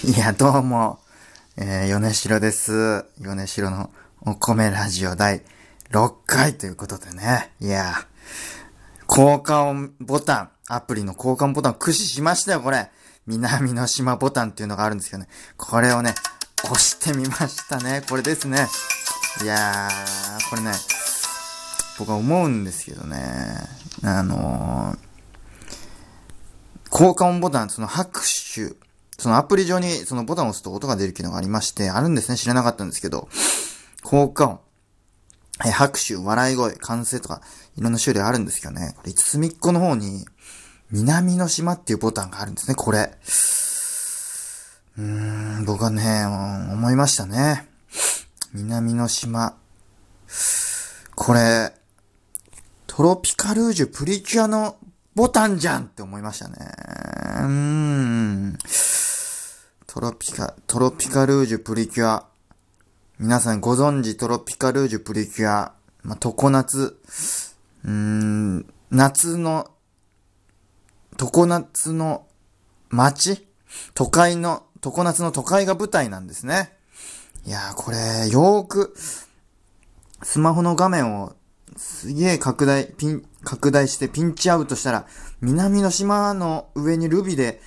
いや、どうも、米城です。米城のお米ラジオ第6回ということでね。いや、交換音ボタン、アプリの交換ボタンを駆使しましたよ、これ。南の島ボタンっていうのがあるんですけどね。これをね、押してみましたね。これですね。いやー、これね、僕は思うんですけどね。交換音ボタン、その拍手、そのアプリ上にそのボタンを押すと音が出る機能がありまして、あるんですね。知らなかったんですけど、効果音、拍手、笑い声、歓声とか、いろんな種類あるんですけどね。これ、隅っこの方に、南の島っていうボタンがあるんですね、これ。僕はね、思いましたね。南の島。これ、トロピカルージュプリキュアのボタンじゃんって思いましたね。トロピカルージュプリキュア。皆さんご存知トロピカルージュプリキュア。常夏。夏の、常夏の街常夏の都会が舞台なんですね。いやーこれ、よーく、スマホの画面をすげー拡大してピンチアウトしたら、南の島の上にルビで、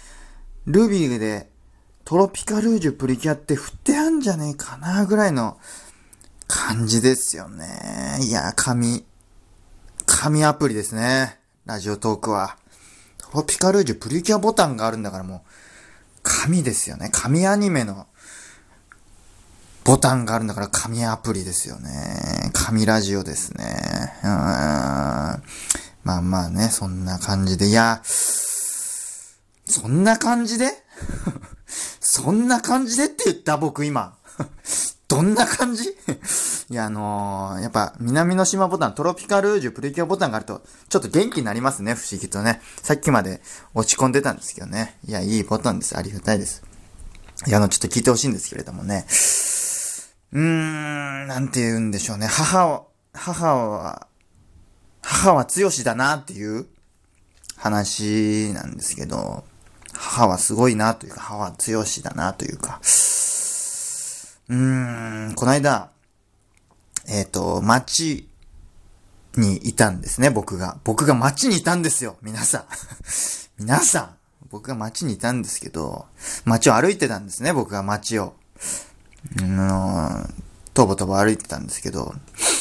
トロピカルージュプリキュアって振ってあんじゃねえかなぐらいの感じですよね。いや、神アプリですね。ラジオトークは。トロピカルージュプリキュアボタンがあるんだからもう、神ですよね。神アニメのボタンがあるんだから神アプリですよね。神ラジオですね。まあまあね、そんな感じで。いや、そんな感じでそんな感じでって言った僕今。どんな感じいや、やっぱ、南の島ボタン、トロピカルージュプリキュアボタンがあると、ちょっと元気になりますね、不思議とね。さっきまで落ち込んでたんですけどね。いや、いいボタンです。ありがたいです。いや、ちょっと聞いてほしいんですけれどもね。なんて言うんでしょうね。母は強しだなっていう話なんですけど、母はすごいなというか、母は強しだなというか、この間、街にいたんですね、僕が。僕が街にいたんですよ、皆さん。皆さん。僕が街にいたんですけど、街を歩いてたんですね、僕が街を。とぼとぼ歩いてたんですけど、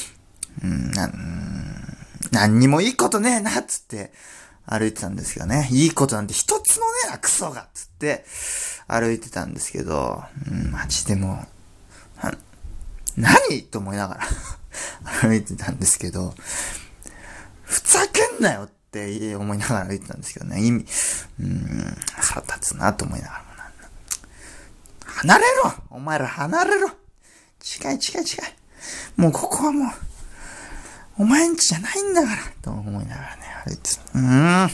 何にもいいことねえな、つって歩いてたんですけどね。いいことなんて一つもねえな、クソが、つって歩いてたんですけど、マジでもう、何と思いながら歩いてたんですけど、ふざけんなよって思いながら歩いてたんですけどね。腹立つなと思いながらも離れろお前ら離れろ近い。もうここはもう、お前んちじゃないんだからと思いながらね、歩いてた。いや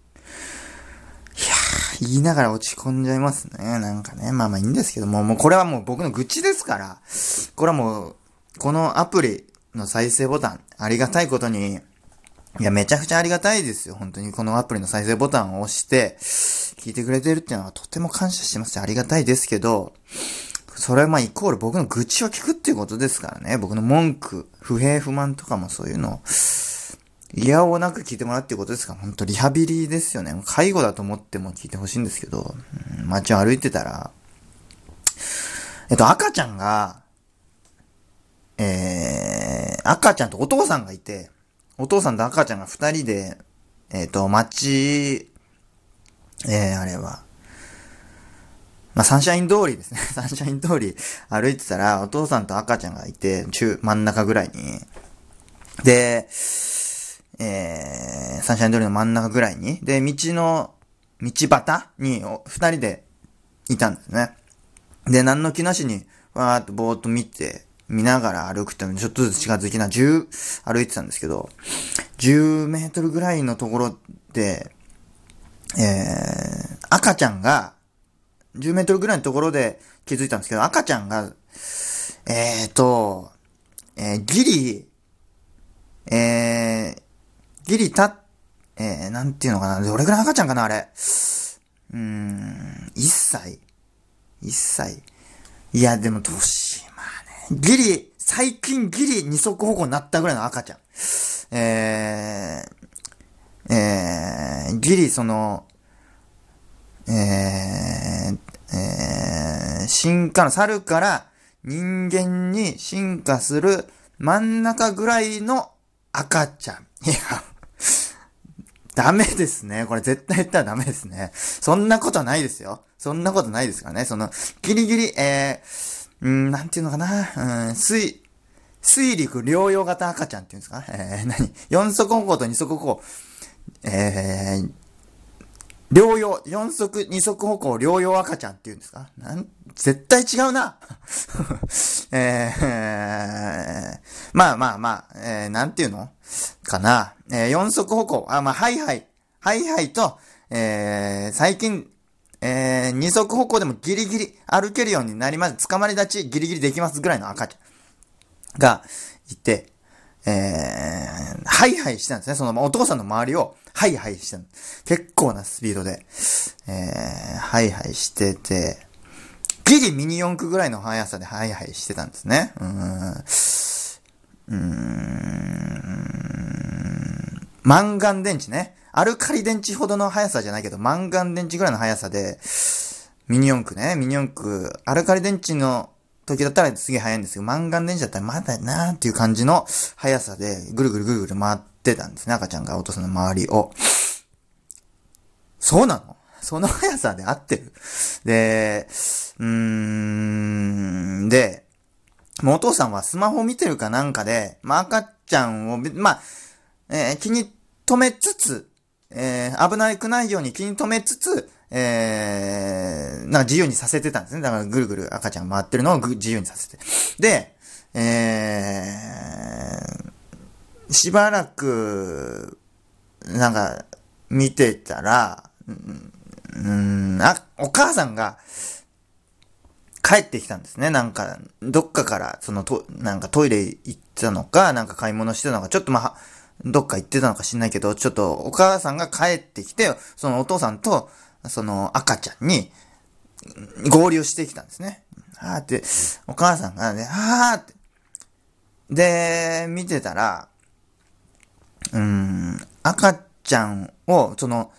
ー、言いながら落ち込んじゃいますね。なんかね。まあまあいいんですけども、もうこれはもう僕の愚痴ですから、これはもう、このアプリの再生ボタン、ありがたいことに、いや、めちゃくちゃありがたいですよ。本当にこのアプリの再生ボタンを押して、聞いてくれてるっていうのはとても感謝してます。ありがたいですけど、それはまあイコール僕の愚痴を聞くっていうことですからね。僕の文句、不平不満とかもそういうのを、いやおなく聞いてもらうっていうことですから、本当リハビリですよね。介護だと思っても聞いてほしいんですけど、街を歩いてたら、赤ちゃんが、赤ちゃんとお父さんがいて、お父さんと赤ちゃんが二人で、街、あれは、まあ、サンシャイン通りですね。サンシャイン通り歩いてたら、お父さんと赤ちゃんがいて、真ん中ぐらいに。で、サンシャイン通りの真ん中ぐらいに。で、道端に、二人でいたんですね。で、何の気なしに、わーっとぼーっと見ながら歩くってちょっとずつ近づきな、歩いてたんですけど、10メートルぐらいのところで、赤ちゃんが、10メートルぐらいのところで気づいたんですけど、赤ちゃんが、ギリ、ギリなんていうのかな、どれぐらいの赤ちゃんかな、あれ。1歳 1歳。いや、でも年、まあね。最近ギリ二足歩行になったぐらいの赤ちゃん。ギリ猿から人間に進化する真ん中ぐらいの赤ちゃん。いや、ダメですね。これ絶対言ったらダメですね。そんなことないですよ。そんなことないですからね。ギリギリ、なんていうのかな。水陸両用型赤ちゃんっていうんですか四足歩行と二足歩行。四足、二足歩行両用赤ちゃんっていうんですか絶対違うな。まあ、なんていうのかな。四足歩行。ハイハイと、最近、二足歩行でもギリギリ歩けるようになります。捕まり立ちギリギリできますぐらいの赤ちゃんがいて、ハイハイしてたんですね。お父さんの周りをハイハイしてた。結構なスピードで、ハイハイしてて、ギリミニ四駆ぐらいの速さでハイハイしてたんですね。マンガン電池ね。アルカリ電池ほどの速さじゃないけど、マンガン電池ぐらいの速さで、ミニ四駆ね。ミニ四駆、アルカリ電池の時だったらすげえ速いんですけど、マンガン電池だったらまだなーっていう感じの速さで、ぐるぐる回ってたんですね。赤ちゃんがお父さんの周りを。そうなの？その速さで合ってる？で、もうお父さんはスマホ見てるかなんかで、赤ちゃんを、気に留めつつ、危なくないように気に留めつつ、自由にさせてたんですね。だからぐるぐる赤ちゃん回ってるのを自由にさせて。で、しばらく、見てたら、お母さんが、帰ってきたんですね。どっかから、トイレ行ったのか、買い物してたのか、ちょっとどっか行ってたのか知んないけど、ちょっとお母さんが帰ってきて、お父さんと、赤ちゃんに、合流してきたんですね。お母さんがね、って。で、見てたら、赤ちゃんを、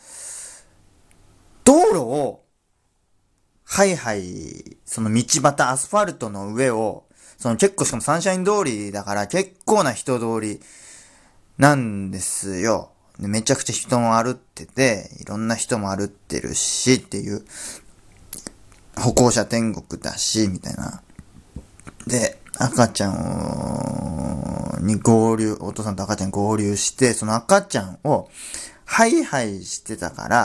道路を、ハイハイ、道端、アスファルトの上を、結構しかもサンシャイン通りだから結構な人通りなんですよ。でめちゃくちゃ人も歩ってて、いろんな人も歩ってるしっていう、歩行者天国だし、みたいな。で、赤ちゃんにお父さんと赤ちゃん合流して、その赤ちゃんをハイハイしてたから、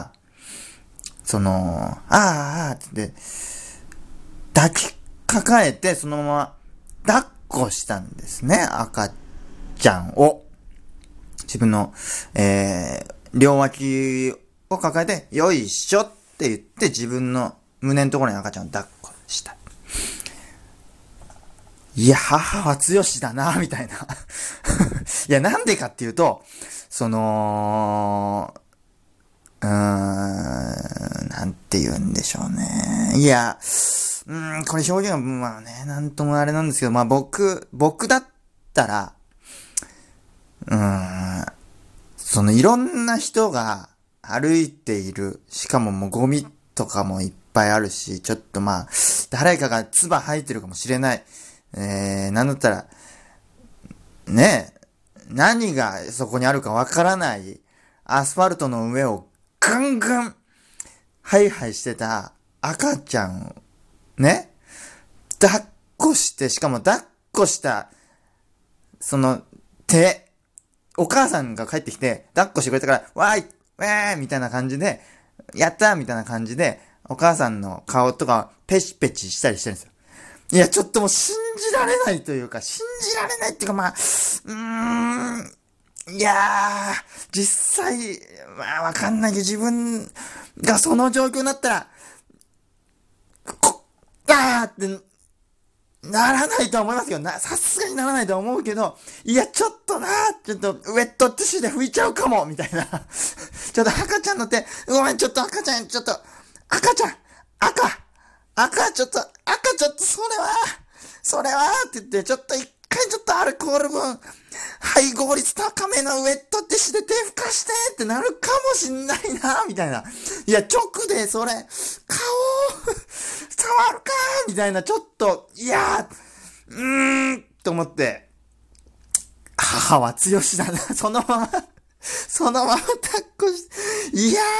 って抱きかかえて、そのまま抱っこしたんですね、赤ちゃんを。自分の、両脇を抱えて、よいしょって言って、自分の胸のところに赤ちゃんを抱っこした。いや、母は強しだな、みたいな。いや、なんでかっていうと、なんて言うんでしょうね。いや、これ表現は、なんともあれなんですけど、僕だったら、いろんな人が歩いている、しかももうゴミとかもいっぱいあるし、ちょっと誰かが唾吐いてるかもしれない。なんだったら、何がそこにあるかわからない、アスファルトの上をガンガン、ハイハイしてた赤ちゃんを、抱っこして、しかも抱っこした、お母さんが帰ってきて、抱っこしてくれたから、わーみたいな感じで、やったーみたいな感じで、お母さんの顔とかペチペチしたりしてるんですよ。いや、ちょっともう信じられないというか、信じられないっていうか、いやー、実際、わかんないけど、自分がその状況になったら、ってならないとは思いますけど、さすがにならないとは思うけど、いや、ちょっとウェットティッシュで拭いちゃうかも、みたいな。ちょっと赤ちゃんの手、ごめん、ちょっと赤ちゃん、赤、 それはって言って、ちょっと一回ちょっとアルコール分、配合率高めのウェットティッシュで手拭かしてってなるかもしんないな、みたいな。いや、直でそれ、顔、触るかみたいな、ちょっと、いやと思って、母は強しだな、そのまま抱っこして、いや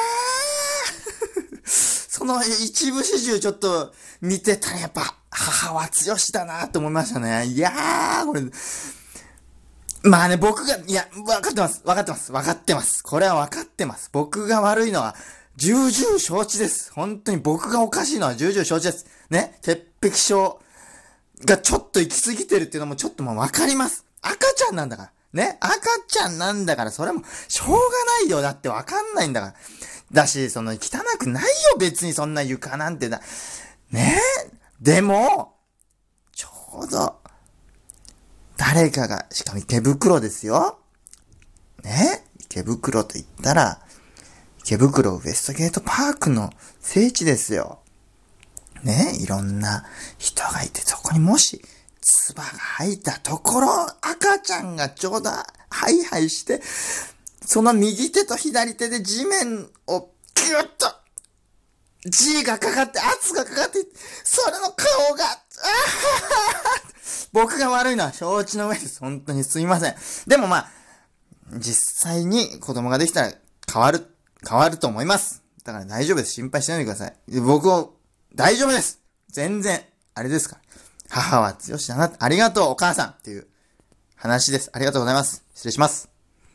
その一部始終ちょっと見てたらやっぱ母は強しだなと思いましたね。いやこれ、まあね、僕が、いや、わかってます。これはわかってます。僕が悪いのは重々承知です。本当に僕がおかしいのは重々承知です。ね、潔癖症がちょっと行き過ぎてるっていうのもちょっともうわかります。赤ちゃんなんだから。ね、赤ちゃんなんだから、それもしょうがないよ。だってわかんないんだから。だし、その汚くないよ、別にそんな床なんてだ。ねえ。でも、ちょうど、誰かが、しかも池袋ですよ。ねえ。池袋と言ったら、池袋ウエストゲートパークの聖地ですよ。ねえ。いろんな人がいて、そこにもし、唾が吐いたところ、赤ちゃんがちょうど、ハイハイして、その右手と左手で地面をギュッと、G がかかって、圧がかかって、それの顔が、僕が悪いのは承知の上です。本当にすみません。でもまあ、実際に子供ができたら変わると思います。だから大丈夫です。心配しないでください。僕を、大丈夫です。全然、あれですから。母は強しだな。ありがとう、お母さんっていう話です。ありがとうございます。失礼します。